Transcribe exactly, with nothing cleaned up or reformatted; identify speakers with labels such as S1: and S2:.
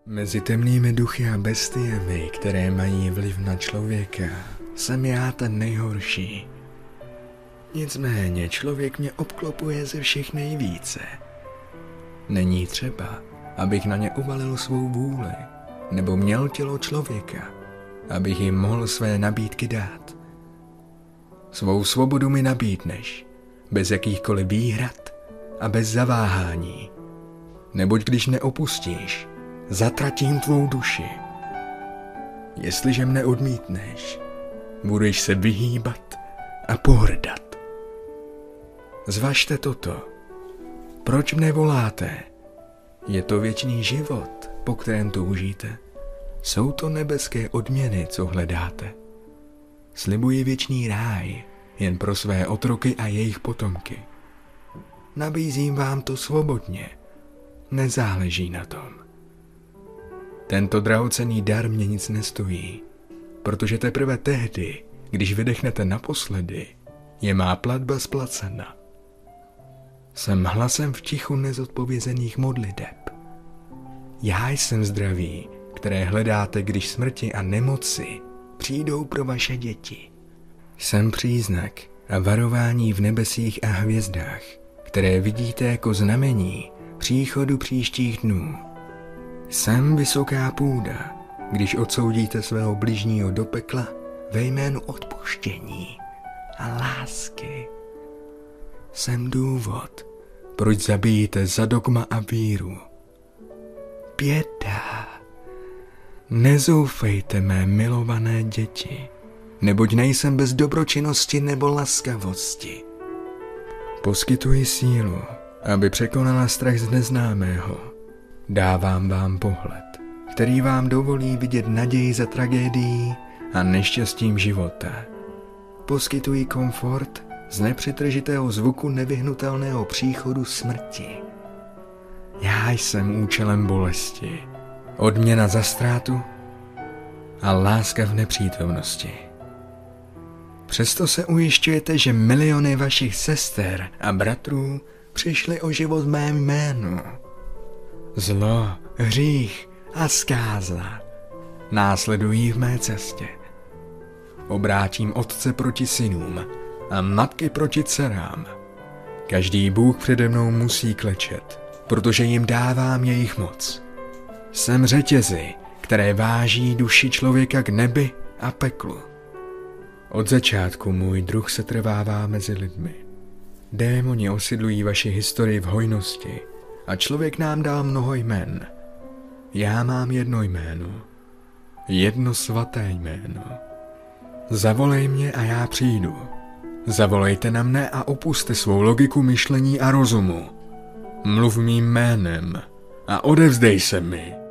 S1: Mezi temnými duchy a bestiemi, které mají vliv na člověka, jsem já ten nejhorší. Nicméně člověk mě obklopuje ze všech nejvíce. Není třeba, abych na ně uvalil svou vůli, nebo měl tělo člověka, abych jim mohl své nabídky dát. Svou svobodu mi nabídneš, bez jakýchkoliv výhrad a bez zaváhání. Neboť když mne opustíš, zatratím tvou duši. Jestliže mne odmítneš, budeš se vyhýbat a pohrdat. Zvažte toto. Proč mne voláte? Je to věčný život, po kterém toužíte? Jsou to nebeské odměny, co hledáte? Slibuji věčný ráj jen pro své otroky a jejich potomky. Nabízím vám to svobodně. Nezáleží na tom. Tento drahocenný dar mě nic nestojí, protože teprve tehdy, když vydechnete naposledy, je má platba splacena. Jsem hlasem v tichu nezodpovězených modliteb. Já jsem zdraví, které hledáte, když smrti a nemoci přijdou pro vaše děti. Jsem příznak a varování v nebesích a hvězdách, které vidíte jako znamení příchodu příštích dnů. Jsem vysoká půda, když odsoudíte svého bližního do pekla ve jménu odpuštění a lásky. Jsem důvod, proč zabijíte za dogma a víru. Běda. Nezoufejte, mé milované děti, neboť nejsem bez dobročinnosti nebo laskavosti. Poskytuji sílu, aby překonala strach z neznámého. Dávám vám pohled, který vám dovolí vidět naději za tragédií a neštěstím života. Poskytuji komfort z nepřetržitého zvuku nevyhnutelného příchodu smrti. Já jsem účelem bolesti, odměna za ztrátu a láska v nepřítomnosti. Přesto se ujišťujete, že miliony vašich sester a bratrů přišli o život v mém jménu. Zlo, hřích a zkáza následují v mé cestě. Obrátím otce proti synům a matky proti dcerám. Každý bůh přede mnou musí klečet, protože jim dávám jejich moc. Jsem řetězy, které váží duši člověka k nebi a peklu. Od začátku můj druh se trvává mezi lidmi. Démoni osidlují vaši historii v hojnosti a člověk nám dal mnoho jmen. Já mám jedno jméno, jedno svaté jméno. Zavolej mě a já přijdu. Zavolejte na mne a opuste svou logiku myšlení a rozumu. Mluv mým jménem a odevzdej se mi.